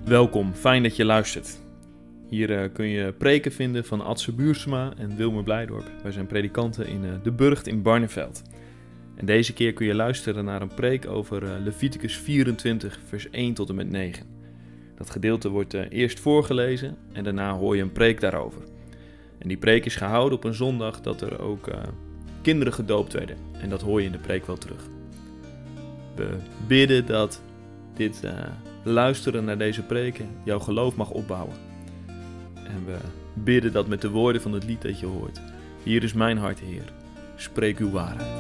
Welkom, fijn dat je luistert. Hier kun je preken vinden van Adse Buursema en Wilmer Blijdorp. Wij zijn predikanten in De Burgt in Barneveld. En deze keer kun je luisteren naar een preek over Leviticus 24 vers 1 tot en met 9. Dat gedeelte wordt eerst voorgelezen en daarna hoor je een preek daarover. En die preek is gehouden op een zondag dat er ook kinderen gedoopt werden. En dat hoor je in de preek wel terug. We bidden dat dit luisteren naar deze preken jouw geloof mag opbouwen. En we bidden dat met de woorden van het lied dat je hoort. Hier is mijn hart, Heer. Spreek uw waarheid.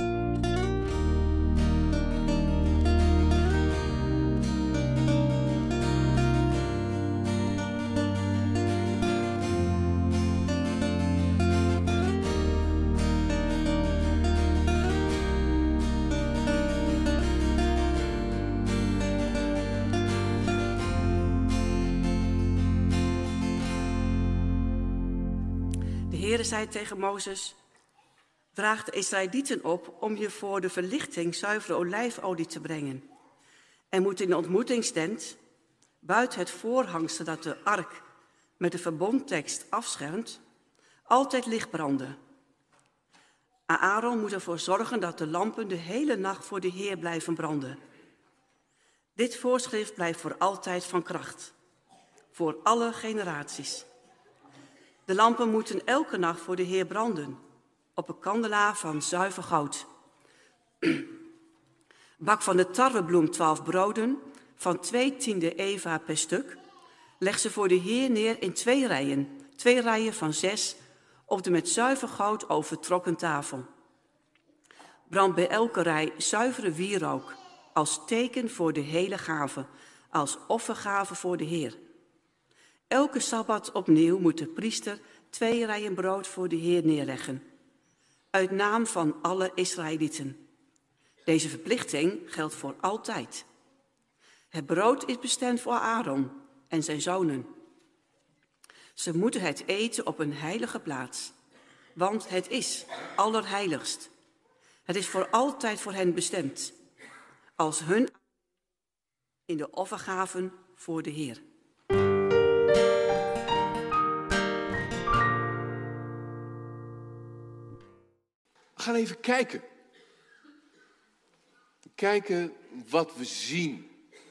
De Heere zei tegen Mozes: draag de Israëlieten op om je voor de verlichting zuivere olijfolie te brengen. En moet in de ontmoetingstent, buiten het voorhangsel dat de ark met de verbondtekst afschermt, altijd licht branden. Aaron moet ervoor zorgen dat de lampen de hele nacht voor de Heer blijven branden. Dit voorschrift blijft voor altijd van kracht, voor alle generaties. De lampen moeten elke nacht voor de Heer branden, op een kandelaar van zuiver goud. Bak van de tarwebloem 12 broden, van 2/10 eva per stuk. Leg ze voor de Heer neer in 2 rijen, 2 rijen van 6, op de met zuiver goud overtrokken tafel. Brand bij elke rij zuivere wierook, als teken voor de hele gave, als offergave voor de Heer. Elke sabbat opnieuw moet de priester 2 rijen brood voor de Heer neerleggen, uit naam van alle Israëlieten. Deze verplichting geldt voor altijd. Het brood is bestemd voor Aaron en zijn zonen. Ze moeten het eten op een heilige plaats, want het is allerheiligst. Het is voor altijd voor hen bestemd, als hun in de offergaven voor de Heer. We gaan even kijken. Kijken wat we zien.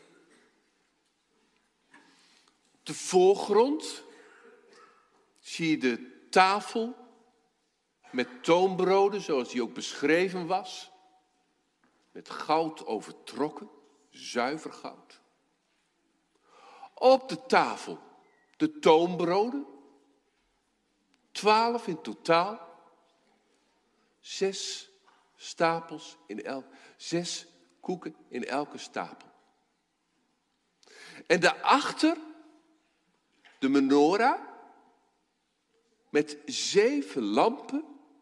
Op de voorgrond zie je de tafel met toonbroden, zoals die ook beschreven was. Met goud overtrokken, zuiver goud. Op de tafel de toonbroden, 12 in totaal. 6 stapels in 6 koeken in elke stapel. En daarachter de menorah met 7 lampen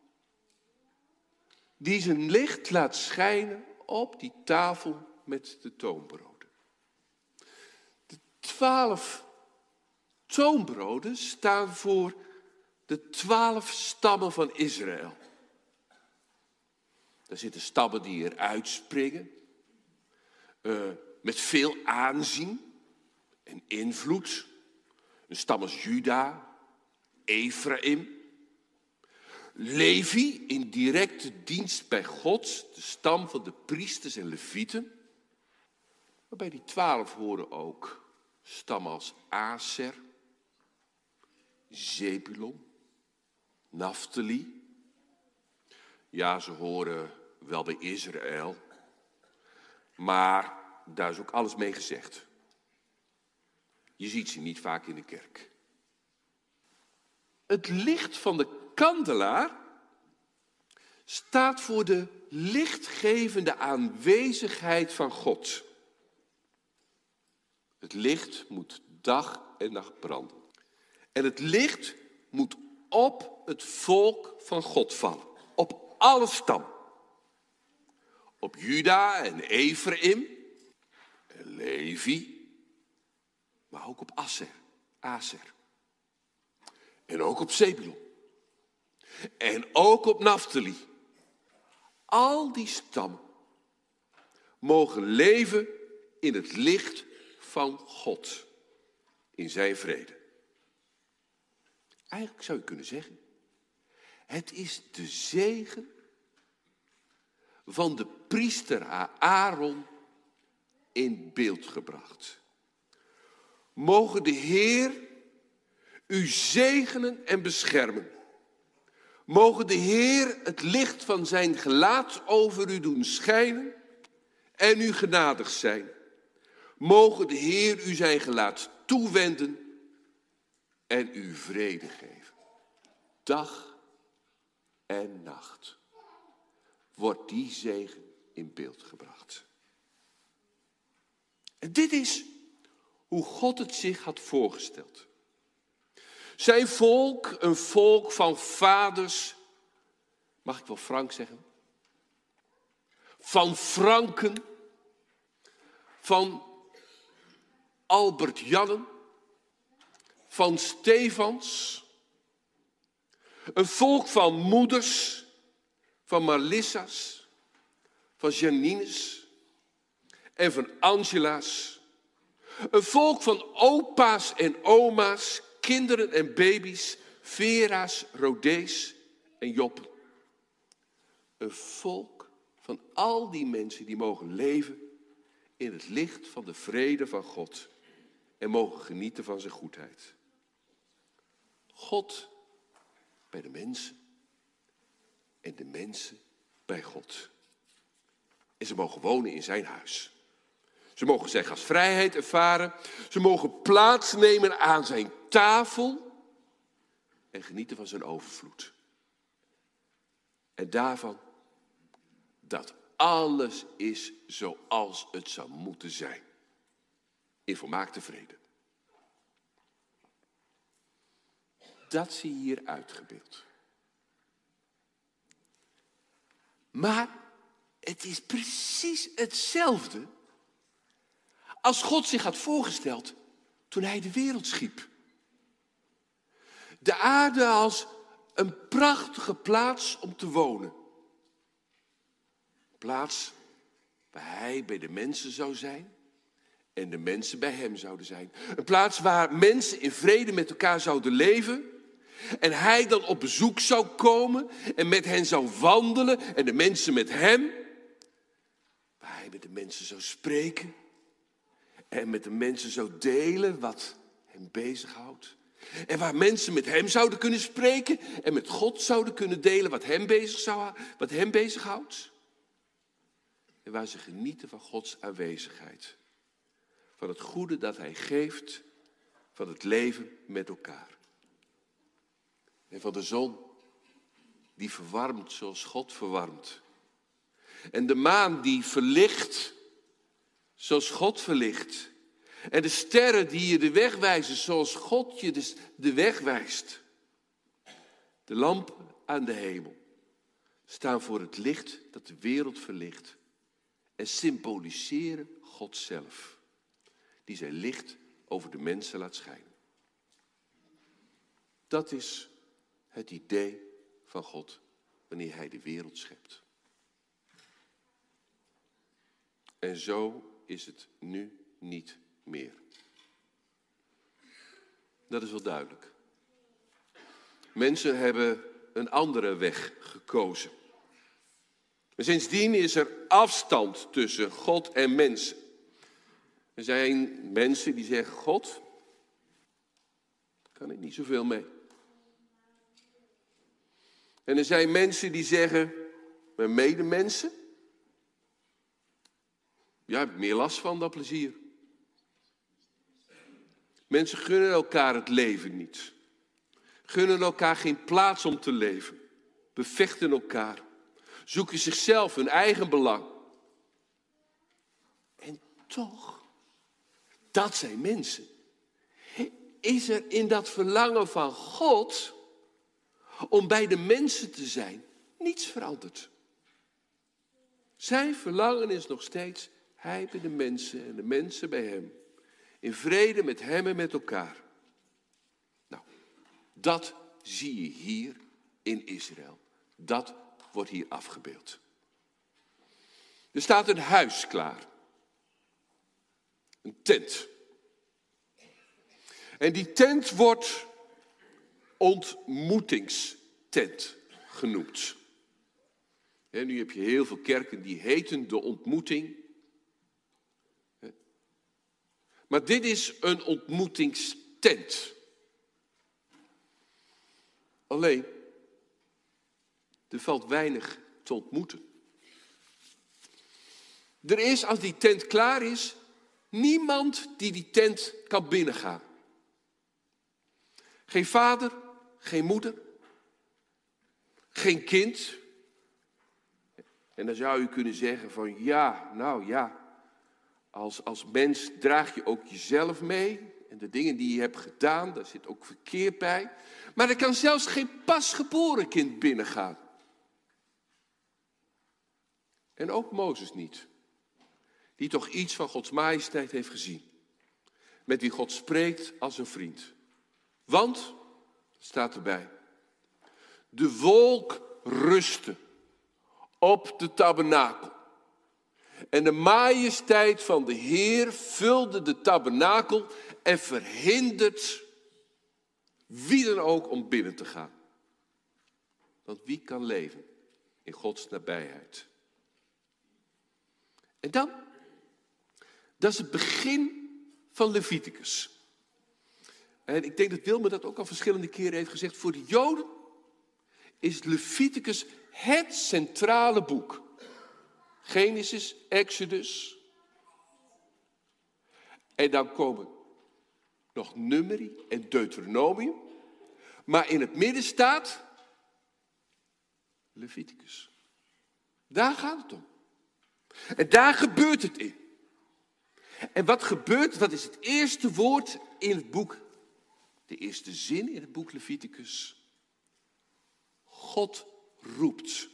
die zijn licht laat schijnen op die tafel met de toonbroden. De 12 toonbroden staan voor de 12 stammen van Israël. Er zitten stammen die eruit springen, met veel aanzien en invloed. Een stam als Juda, Ephraim. Levi in directe dienst bij God, de stam van de priesters en levieten. Maar bij die 12 horen ook stammen als Aser, Zebulon, Naftali. Ja, ze horen wel bij Israël, maar daar is ook alles mee gezegd. Je ziet ze niet vaak in de kerk. Het licht van de kandelaar staat voor de lichtgevende aanwezigheid van God. Het licht moet dag en nacht branden. En het licht moet op het volk van God vallen. Op alle stammen. Op Juda en Ephraim en Levi, maar ook op Aser. En ook op Zebulon. En ook op Naftali. Al die stammen mogen leven in het licht van God. in zijn vrede. Eigenlijk zou je kunnen zeggen, het is de zegen van de priester Aaron in beeld gebracht. Mogen de Heer u zegenen en beschermen. Mogen de Heer het licht van zijn gelaat over u doen schijnen en u genadig zijn. Mogen de Heer u zijn gelaat toewenden en u vrede geven. Dag en nacht wordt die zegen in beeld gebracht. En dit is hoe God het zich had voorgesteld. Zijn volk, een volk van vaders, mag ik wel Frank zeggen? Van Franken, van Albert Jannen, van Stefans. Een volk van moeders, van Marissa's, van Janines en van Angela's. Een volk van opa's en oma's, kinderen en baby's, Vera's, Rodé's en Joppen. Een volk van al die mensen die mogen leven in het licht van de vrede van God en mogen genieten van zijn goedheid. God bij de mensen en de mensen bij God. En ze mogen wonen in zijn huis. Ze mogen zijn gastvrijheid ervaren. Ze mogen plaatsnemen aan zijn tafel en genieten van zijn overvloed. En daarvan dat alles is zoals het zou moeten zijn. In volmaakte vrede. Dat zie je hier uitgebeeld. Maar het is precies hetzelfde als God zich had voorgesteld toen hij de wereld schiep. De aarde als een prachtige plaats om te wonen. Een plaats waar hij bij de mensen zou zijn en de mensen bij hem zouden zijn. Een plaats waar mensen in vrede met elkaar zouden leven. En hij dan op bezoek zou komen en met hen zou wandelen en de mensen met hem. Waar hij met de mensen zou spreken en met de mensen zou delen wat hem bezighoudt. En waar mensen met hem zouden kunnen spreken en met God zouden kunnen delen wat hem bezighoudt. En waar ze genieten van Gods aanwezigheid. Van het goede dat hij geeft, van het leven met elkaar. En van de zon die verwarmt zoals God verwarmt. En de maan die verlicht zoals God verlicht. En de sterren die je de weg wijzen zoals God je de weg wijst. De lampen aan de hemel staan voor het licht dat de wereld verlicht. En symboliseren God zelf. Die zijn licht over de mensen laat schijnen. Dat is het idee van God wanneer hij de wereld schept. En zo is het nu niet meer. Dat is wel duidelijk. Mensen hebben een andere weg gekozen. En sindsdien is er afstand tussen God en mensen. Er zijn mensen die zeggen, God, daar kan ik niet zoveel mee. En er zijn mensen die zeggen, mijn medemensen, ja, ik heb meer last van dan plezier. Mensen gunnen elkaar het leven niet. Gunnen elkaar geen plaats om te leven. Bevechten elkaar. Zoeken zichzelf hun eigen belang. En toch, dat zijn mensen. Is er in dat verlangen van God om bij de mensen te zijn niets veranderd? Zijn verlangen is nog steeds hij bij de mensen en de mensen bij hem. In vrede met hem en met elkaar. Nou, dat zie je hier in Israël. Dat wordt hier afgebeeld. Er staat een huis klaar. Een tent. En die tent wordt ontmoetingstent genoemd. En nu heb je heel veel kerken die heten de ontmoeting. Maar dit is een ontmoetingstent. Alleen, er valt weinig te ontmoeten. Er is, als die tent klaar is, niemand die tent kan binnengaan. Geen vader, geen moeder, geen kind. En dan zou je kunnen zeggen van ja, als mens draag je ook jezelf mee. En de dingen die je hebt gedaan, daar zit ook verkeerd bij. Maar er kan zelfs geen pasgeboren kind binnengaan. En ook Mozes niet. Die toch iets van Gods majesteit heeft gezien. Met wie God spreekt als een vriend. Want, staat erbij, de wolk rustte op de tabernakel. En de majesteit van de Heer vulde de tabernakel en verhindert wie dan ook om binnen te gaan. Want wie kan leven in Gods nabijheid? En dan, dat is het begin van Leviticus. En ik denk dat Wilma dat ook al verschillende keren heeft gezegd. Voor de Joden is Leviticus het centrale boek. Genesis, Exodus. En dan komen nog Numeri en Deuteronomium. Maar in het midden staat Leviticus. Daar gaat het om. En daar gebeurt het in. En wat gebeurt, wat is het eerste woord in het boek? De eerste zin in het boek Leviticus. God roept.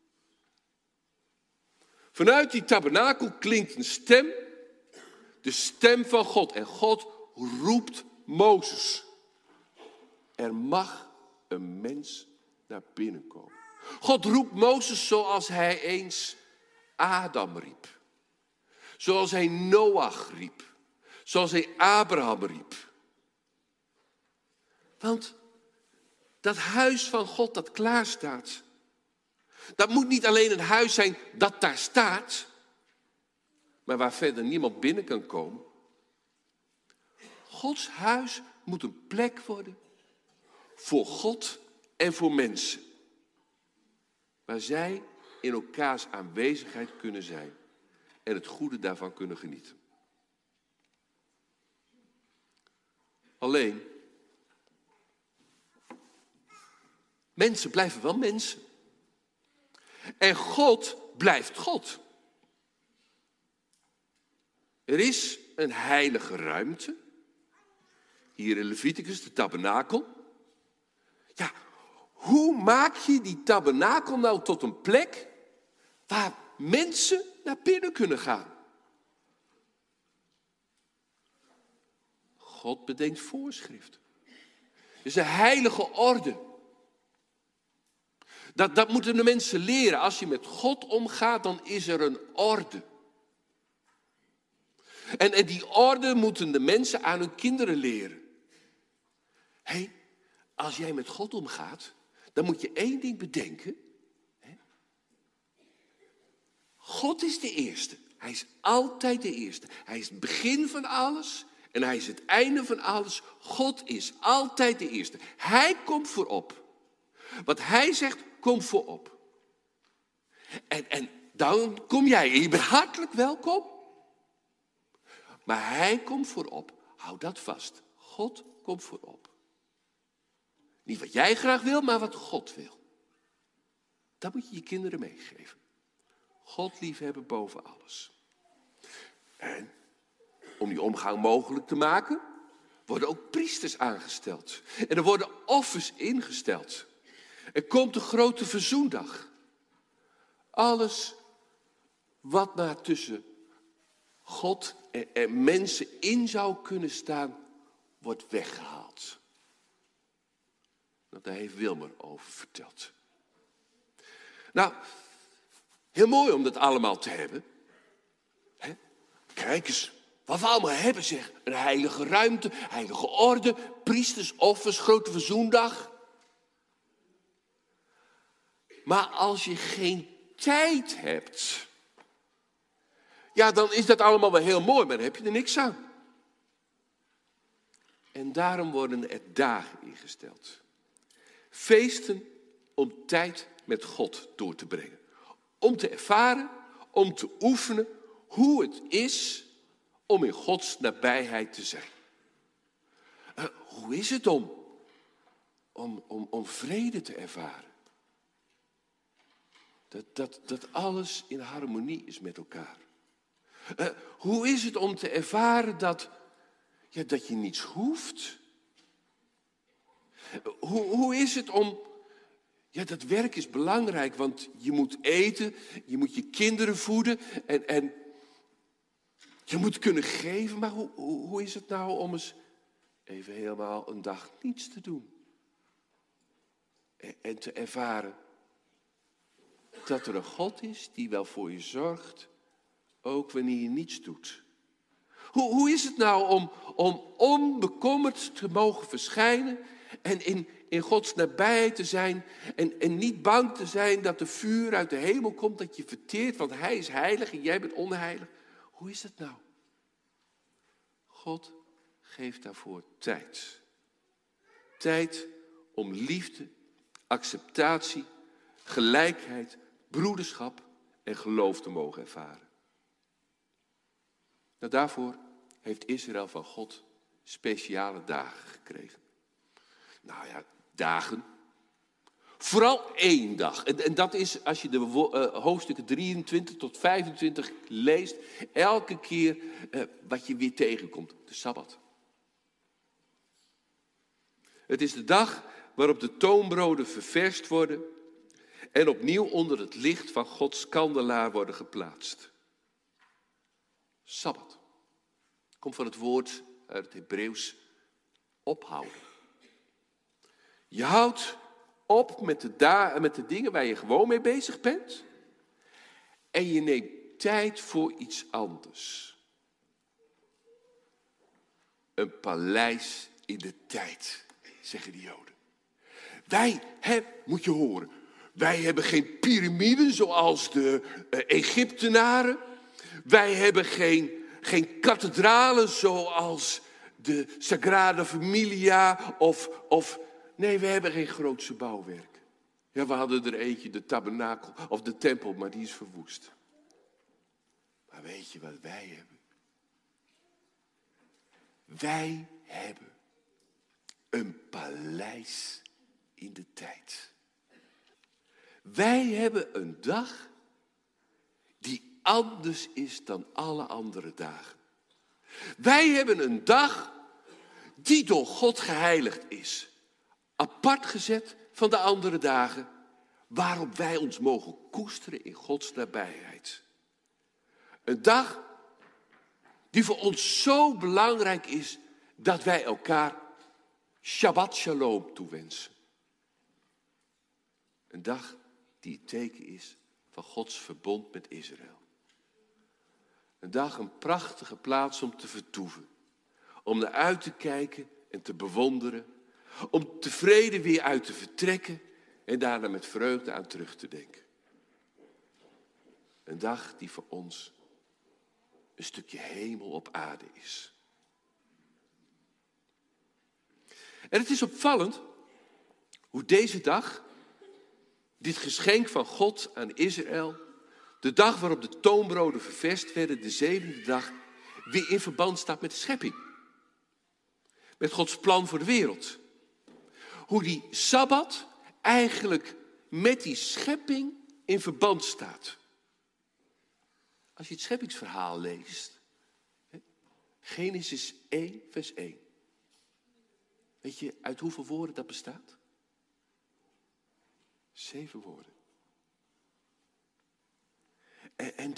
Vanuit die tabernakel klinkt een stem. De stem van God. En God roept Mozes. Er mag een mens naar binnen komen. God roept Mozes zoals hij eens Adam riep. Zoals hij Noach riep. Zoals hij Abraham riep. Want dat huis van God dat klaar staat. Dat moet niet alleen een huis zijn dat daar staat. Maar waar verder niemand binnen kan komen. Gods huis moet een plek worden. Voor God en voor mensen. Waar zij in elkaars aanwezigheid kunnen zijn. En het goede daarvan kunnen genieten. Alleen, mensen blijven wel mensen. En God blijft God. Er is een heilige ruimte. Hier in Leviticus, de tabernakel. Ja, hoe maak je die tabernakel nou tot een plek waar mensen naar binnen kunnen gaan? God bedenkt voorschriften. Het is een heilige orde. Dat moeten de mensen leren. Als je met God omgaat, dan is er een orde. En die orde moeten de mensen aan hun kinderen leren. Hé, als jij met God omgaat, dan moet je één ding bedenken. God is de eerste. Hij is altijd de eerste. Hij is het begin van alles en hij is het einde van alles. God is altijd de eerste. Hij komt voorop. Wat hij zegt, komt voorop. En dan kom jij en je bent hartelijk welkom. Maar hij komt voorop. Hou dat vast. God komt voorop. Niet wat jij graag wil, maar wat God wil. Dat moet je je kinderen meegeven. God liefhebben boven alles. En om die omgang mogelijk te maken, worden ook priesters aangesteld. En er worden offers ingesteld. Er komt de grote verzoendag. Alles wat maar tussen God en mensen in zou kunnen staan, wordt weggehaald. Daar heeft Wilmer over verteld. Nou, heel mooi om dat allemaal te hebben. Kijk eens, Wat we allemaal hebben, zeg. Een heilige ruimte, heilige orde, priesters, offers, grote verzoendag. Maar als je geen tijd hebt, ja, dan is dat allemaal wel heel mooi, maar dan heb je er niks aan. En daarom worden er dagen ingesteld. Feesten om tijd met God door te brengen. Om te ervaren, om te oefenen hoe het is om in Gods nabijheid te zijn. Hoe is het om vrede te ervaren? Dat alles in harmonie is met elkaar. Hoe is het om te ervaren dat je niets hoeft? Hoe is het om... Ja, dat werk is belangrijk, want je moet eten, je moet je kinderen voeden en je moet kunnen geven. Maar hoe is het nou om eens even helemaal een dag niets te doen? En te ervaren dat er een God is die wel voor je zorgt, ook wanneer je niets doet. Hoe is het nou om onbekommerd te mogen verschijnen en in Gods nabijheid te zijn en niet bang te zijn dat er vuur uit de hemel komt, dat je verteert, want Hij is heilig en jij bent onheilig. Hoe is het nou? God geeft daarvoor tijd. Tijd om liefde, acceptatie, gelijkheid, broederschap en geloof te mogen ervaren. Nou, daarvoor heeft Israël van God speciale dagen gekregen. Nou ja, dagen. Vooral één dag. En dat is, als je de hoofdstukken 23 tot 25 leest, elke keer wat je weer tegenkomt. De Sabbat. Het is de dag waarop de toonbroden ververst worden en opnieuw onder het licht van Gods kandelaar worden geplaatst. Sabbat. Komt van het woord uit het Hebreeuws ophouden. Je houdt op met de dingen waar je gewoon mee bezig bent. En je neemt tijd voor iets anders. Een paleis in de tijd, zeggen de Joden. Moet je horen, wij hebben geen piramiden zoals de Egyptenaren. Wij hebben geen kathedralen zoals de Sagrada Familia nee, we hebben geen grootse bouwwerk. Ja, we hadden er eentje, de tabernakel of de tempel, maar die is verwoest. Maar weet je wat wij hebben? Wij hebben een paleis in de tijd. Wij hebben een dag die anders is dan alle andere dagen. Wij hebben een dag die door God geheiligd is. Apart gezet van de andere dagen, waarop wij ons mogen koesteren in Gods nabijheid. Een dag die voor ons zo belangrijk is dat wij elkaar Shabbat Shalom toewensen. Een dag die het teken is van Gods verbond met Israël. Een dag, een prachtige plaats om te vertoeven. Om naar uit te kijken en te bewonderen. Om tevreden weer uit te vertrekken en daarna met vreugde aan terug te denken. Een dag die voor ons een stukje hemel op aarde is. En het is opvallend hoe deze dag, dit geschenk van God aan Israël, de dag waarop de toonbroden ververst werden, de zevende dag, weer in verband staat met de schepping. Met Gods plan voor de wereld. Hoe die Sabbat eigenlijk met die schepping in verband staat. Als je het scheppingsverhaal leest, Genesis 1, vers 1. Weet je uit hoeveel woorden dat bestaat? 7 woorden. En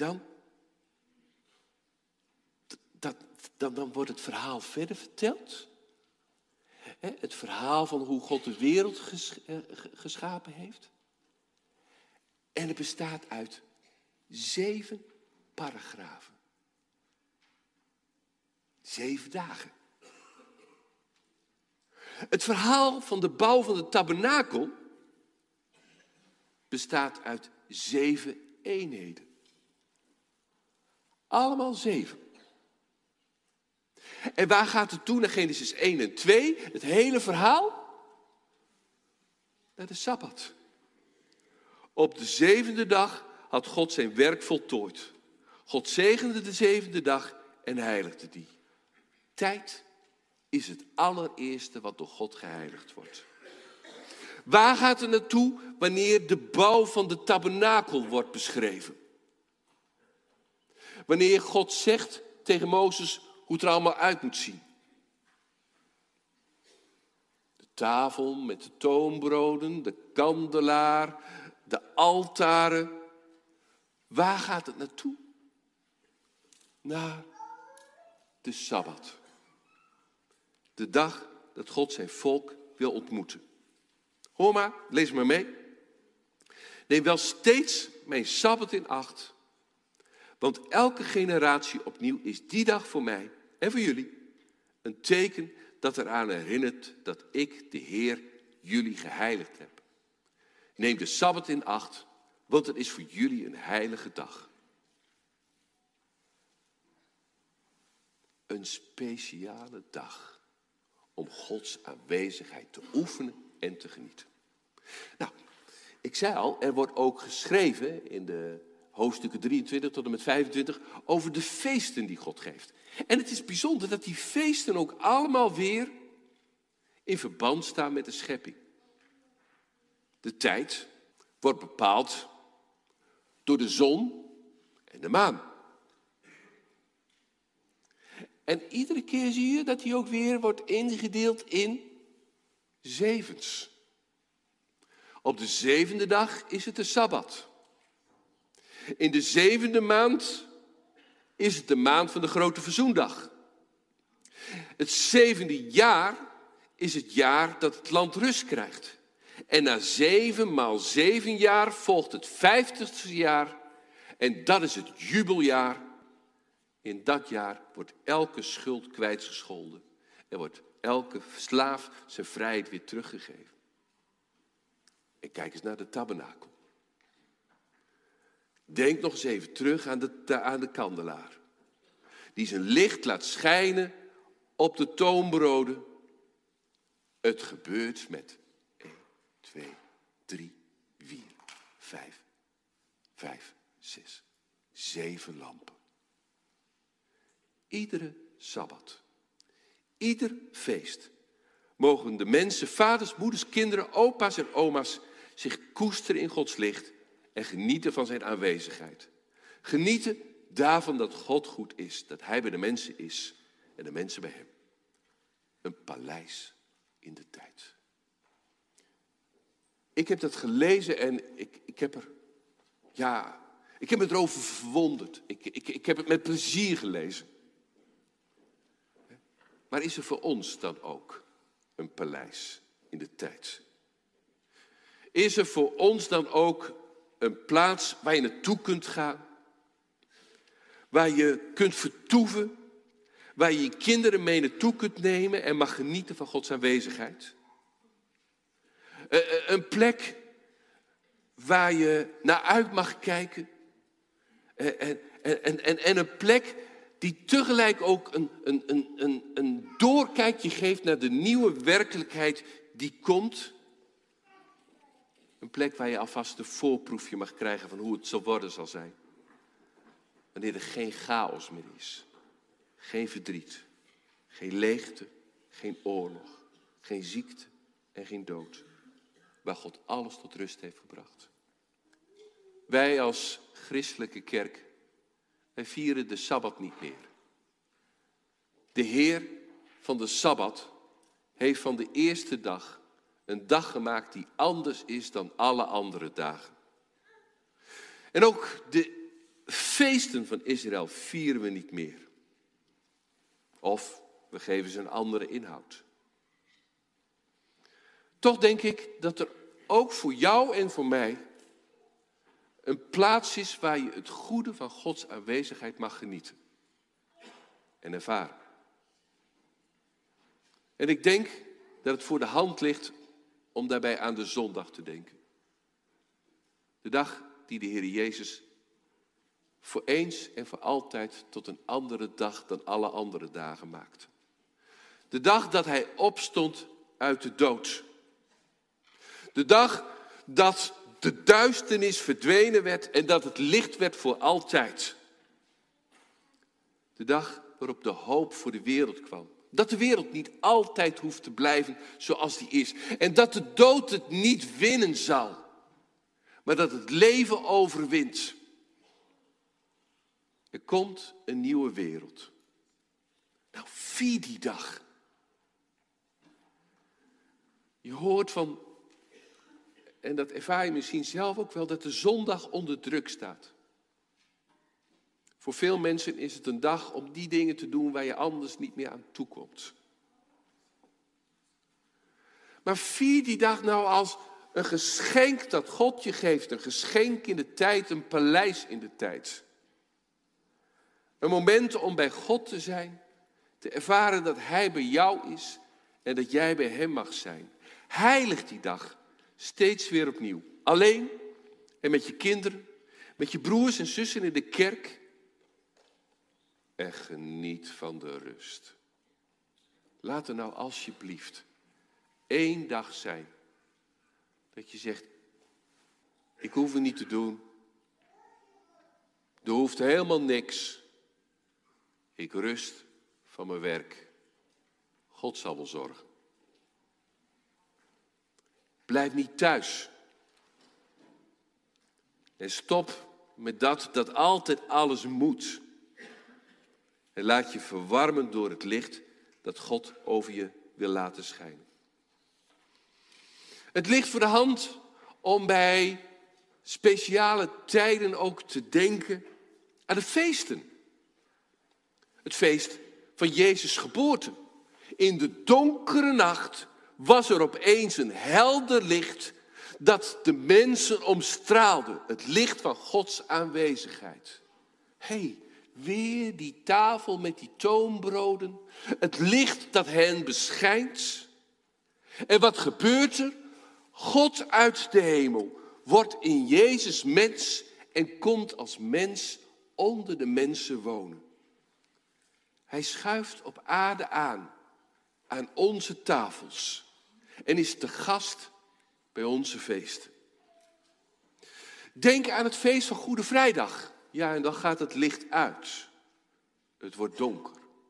dan wordt het verhaal verder verteld. Het verhaal van hoe God de wereld geschapen heeft. En het bestaat uit 7 paragrafen. 7 dagen. Het verhaal van de bouw van de tabernakel bestaat uit 7 eenheden. Allemaal 7. En waar gaat het toe naar Genesis 1 en 2? Het hele verhaal? Naar de Sabbat. Op de 7e dag had God zijn werk voltooid. God zegende de 7e dag en heiligde die. Tijd is het allereerste wat door God geheiligd wordt. Waar gaat het naartoe wanneer de bouw van de tabernakel wordt beschreven? Wanneer God zegt tegen Mozes hoe het er allemaal uit moet zien. De tafel met de toonbroden, de kandelaar, de altaren. Waar gaat het naartoe? Naar de Sabbat. De dag dat God zijn volk wil ontmoeten. Hoor maar, lees maar mee. Neem wel steeds mijn Sabbat in acht. Want elke generatie opnieuw is die dag voor mij en voor jullie een teken dat eraan herinnert dat ik, de Heer, jullie geheiligd heb. Neem de Sabbat in acht, want het is voor jullie een heilige dag. Een speciale dag om Gods aanwezigheid te oefenen en te genieten. Nou, ik zei al, er wordt ook geschreven in de hoofdstukken 23 tot en met 25 over de feesten die God geeft. En het is bijzonder dat die feesten ook allemaal weer in verband staan met de schepping. De tijd wordt bepaald door de zon en de maan. En iedere keer zie je dat die ook weer wordt ingedeeld in zevens. Op de 7e dag is het de Sabbat. In de 7e maand is het de maand van de grote verzoendag. Het 7e jaar is het jaar dat het land rust krijgt. En na 7 maal 7 jaar volgt het 50ste jaar. En dat is het jubeljaar. In dat jaar wordt elke schuld kwijtgescholden. En wordt elke slaaf zijn vrijheid weer teruggegeven. En kijk eens naar de tabernakel. Denk nog eens even terug aan de kandelaar. Die zijn licht laat schijnen op de toonbroden. Het gebeurt met 1, 2, 3, 4, 5, 6, 7 lampen. Iedere Sabbat, ieder feest, mogen de mensen, vaders, moeders, kinderen, opa's en oma's zich koesteren in Gods licht en genieten van zijn aanwezigheid. Genieten daarvan dat God goed is, dat hij bij de mensen is en de mensen bij hem. Een paleis in de tijd. Ik heb dat gelezen en ik heb me erover verwonderd. Ik heb het met plezier gelezen. Maar is er voor ons dan ook een paleis in de tijd? Is er voor ons dan ook een plaats waar je naartoe kunt gaan? Waar je kunt vertoeven? Waar je je kinderen mee naartoe kunt nemen en mag genieten van Gods aanwezigheid? Een plek waar je naar uit mag kijken. En een plek die tegelijk ook een doorkijkje geeft naar de nieuwe werkelijkheid die komt. Een plek waar je alvast een voorproefje mag krijgen van hoe het zo worden zal zijn. Wanneer er geen chaos meer is. Geen verdriet. Geen leegte. Geen oorlog. Geen ziekte en geen dood. Waar God alles tot rust heeft gebracht. Wij als christelijke kerk, wij vieren de Sabbat niet meer. De Heer van de Sabbat heeft van de eerste dag een dag gemaakt die anders is dan alle andere dagen. En ook de feesten van Israël vieren we niet meer. Of we geven ze een andere inhoud. Toch denk ik dat er ook voor jou en voor mij een plaats is waar je het goede van Gods aanwezigheid mag genieten en ervaren. En ik denk dat het voor de hand ligt om daarbij aan de zondag te denken. De dag die de Heer Jezus voor eens en voor altijd tot een andere dag dan alle andere dagen maakte. De dag dat hij opstond uit de dood. De dag dat de duisternis verdwenen werd en dat het licht werd voor altijd. De dag waarop de hoop voor de wereld kwam. Dat de wereld niet altijd hoeft te blijven zoals die is. En dat de dood het niet winnen zal. Maar dat het leven overwint. Er komt een nieuwe wereld. Nou, vier die dag. Je hoort van, en dat ervaar je misschien zelf ook wel, dat de zondag onder druk staat. Voor veel mensen is het een dag om die dingen te doen waar je anders niet meer aan toe komt. Maar vier die dag nou als een geschenk dat God je geeft. Een geschenk in de tijd, een paleis in de tijd. Een moment om bij God te zijn. Te ervaren dat Hij bij jou is en dat jij bij Hem mag zijn. Heilig die dag, steeds weer opnieuw. Alleen en met je kinderen, met je broers en zussen in de kerk. En geniet van de rust. Laat er nou alsjeblieft 1 dag zijn. Dat je zegt, ik hoef het niet te doen. Er hoeft helemaal niks. Ik rust van mijn werk. God zal wel zorgen. Blijf niet thuis. En stop met dat altijd alles moet. En laat je verwarmen door het licht dat God over je wil laten schijnen. Het ligt voor de hand om bij speciale tijden ook te denken aan de feesten. Het feest van Jezus' geboorte. In de donkere nacht was er opeens een helder licht dat de mensen omstraalde. Het licht van Gods aanwezigheid. Hé, weer die tafel met die toonbroden. Het licht dat hen beschijnt. En wat gebeurt er? God uit de hemel wordt in Jezus mens en komt als mens onder de mensen wonen. Hij schuift op aarde aan onze tafels en is te gast bij onze feesten. Denk aan het feest van Goede Vrijdag. Ja, en dan gaat het licht uit. Het wordt donker.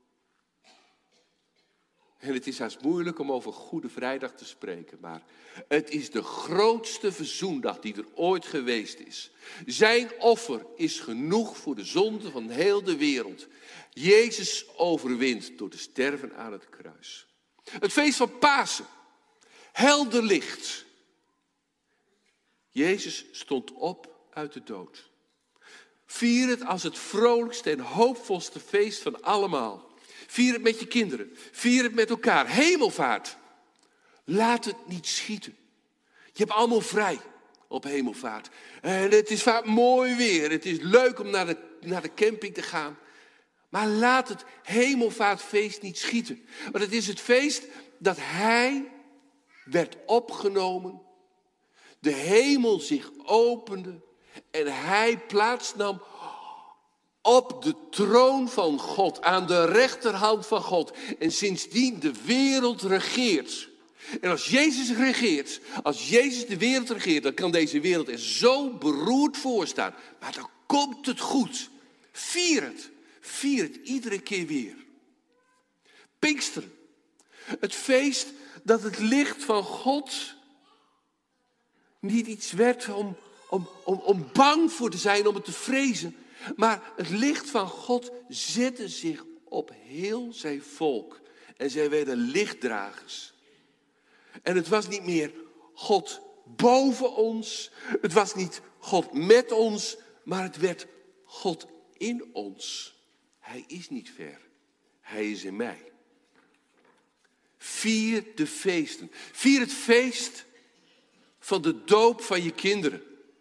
En het is haast moeilijk om over Goede Vrijdag te spreken, maar het is de grootste verzoendag die er ooit geweest is. Zijn offer is genoeg voor de zonde van heel de wereld. Jezus overwint door te sterven aan het kruis. Het feest van Pasen. Helder licht. Jezus stond op uit de dood. Vier het als het vrolijkste en hoopvolste feest van allemaal. Vier het met je kinderen. Vier het met elkaar. Hemelvaart. Laat het niet schieten. Je hebt allemaal vrij op hemelvaart. En het is vaak mooi weer. Het is leuk om naar de camping te gaan. Maar laat het hemelvaartfeest niet schieten. Want het is het feest dat Hij werd opgenomen. De hemel zich opende. En Hij plaatsnam op de troon van God, aan de rechterhand van God. En sindsdien de wereld regeert. En als Jezus regeert, als Jezus de wereld regeert, dan kan deze wereld er zo beroerd voor staan. Maar dan komt het goed. Vier het. Vier het iedere keer weer. Pinksteren. Het feest dat het licht van God niet iets werd om bang voor te zijn, om het te vrezen. Maar het licht van God zette zich op heel zijn volk. En zij werden lichtdragers. En het was niet meer God boven ons. Het was niet God met ons. Maar het werd God in ons. Hij is niet ver. Hij is in mij. Vier de feesten. Vier het feest van de doop van je kinderen.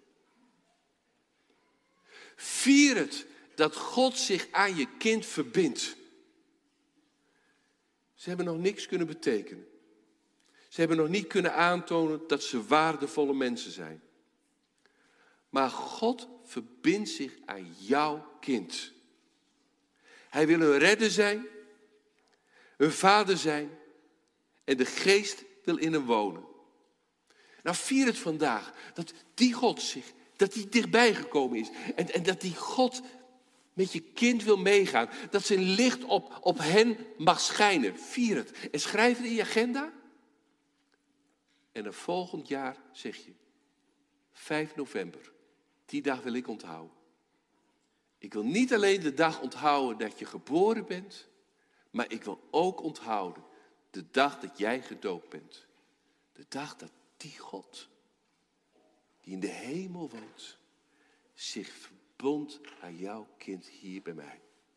Vier het dat God zich aan je kind verbindt. Ze hebben nog niks kunnen betekenen. Ze hebben nog niet kunnen aantonen dat ze waardevolle mensen zijn. Maar God verbindt zich aan jouw kind. Hij wil een redder zijn, een vader zijn en de geest wil in hem wonen. Nou, vier het vandaag, dat die God dat hij dichtbij gekomen is. En dat die God met je kind wil meegaan. Dat zijn licht op hen mag schijnen. Vier het. En schrijf het in je agenda. En dan volgend jaar zeg je, 5 november, die dag wil ik onthouden. Ik wil niet alleen de dag onthouden dat je geboren bent, maar ik wil ook onthouden de dag dat jij gedoopt bent. De dag dat die God, die in de hemel woont, zich verbond aan jouw kind hier bij mij.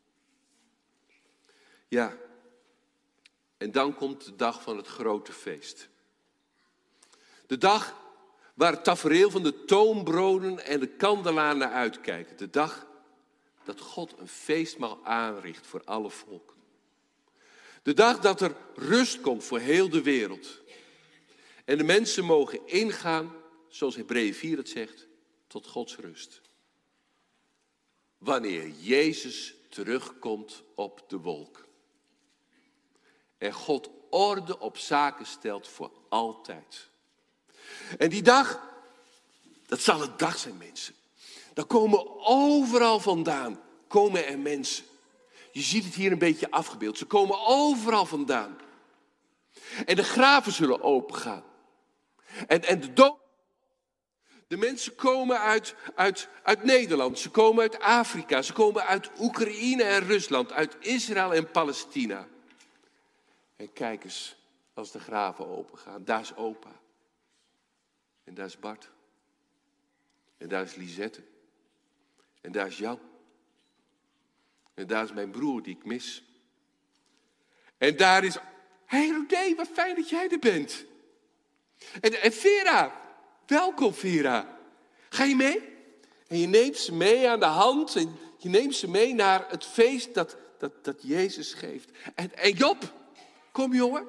Ja, en dan komt de dag van het grote feest. De dag waar het tafereel van de toonbroden en de kandelaar naar uitkijken. De dag dat God een feestmaal aanricht voor alle volken. De dag dat er rust komt voor heel de wereld. En de mensen mogen ingaan, zoals Hebreeën 4 het zegt, tot Gods rust. Wanneer Jezus terugkomt op de wolk. En God orde op zaken stelt voor altijd. En die dag, dat zal een dag zijn, mensen. Dan komen overal vandaan, komen er mensen. Je ziet het hier een beetje afgebeeld. Ze komen overal vandaan. En de graven zullen opengaan. En de mensen komen uit Nederland. Ze komen uit Afrika. Ze komen uit Oekraïne en Rusland. Uit Israël en Palestina. En kijk eens, als de graven opengaan. Daar is opa. En daar is Bart. En daar is Lisette. En daar is Jan. En daar is mijn broer die ik mis. En daar is... Hé Rodé, wat fijn dat jij er bent. En Vera, welkom Vera. Ga je mee? En je neemt ze mee aan de hand. En je neemt ze mee naar het feest dat Jezus geeft. En Job, kom jongen.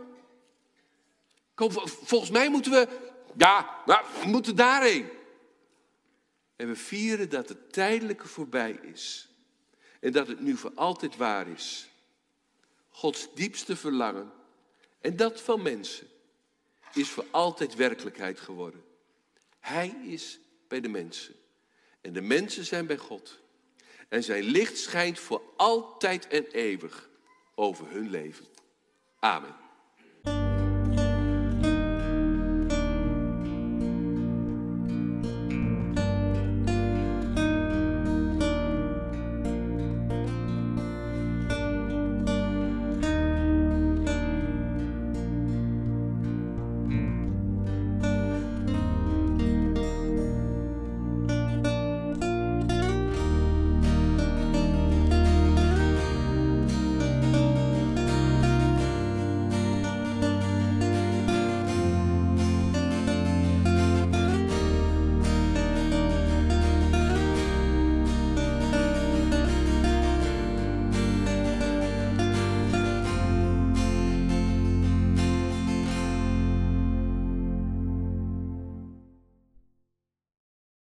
Kom, volgens mij moeten we... Ja, maar we moeten daarheen. En we vieren dat het tijdelijke voorbij is. En dat het nu voor altijd waar is. Gods diepste verlangen. En dat van mensen. Is voor altijd werkelijkheid geworden. Hij is bij de mensen. En de mensen zijn bij God. En zijn licht schijnt voor altijd en eeuwig over hun leven. Amen.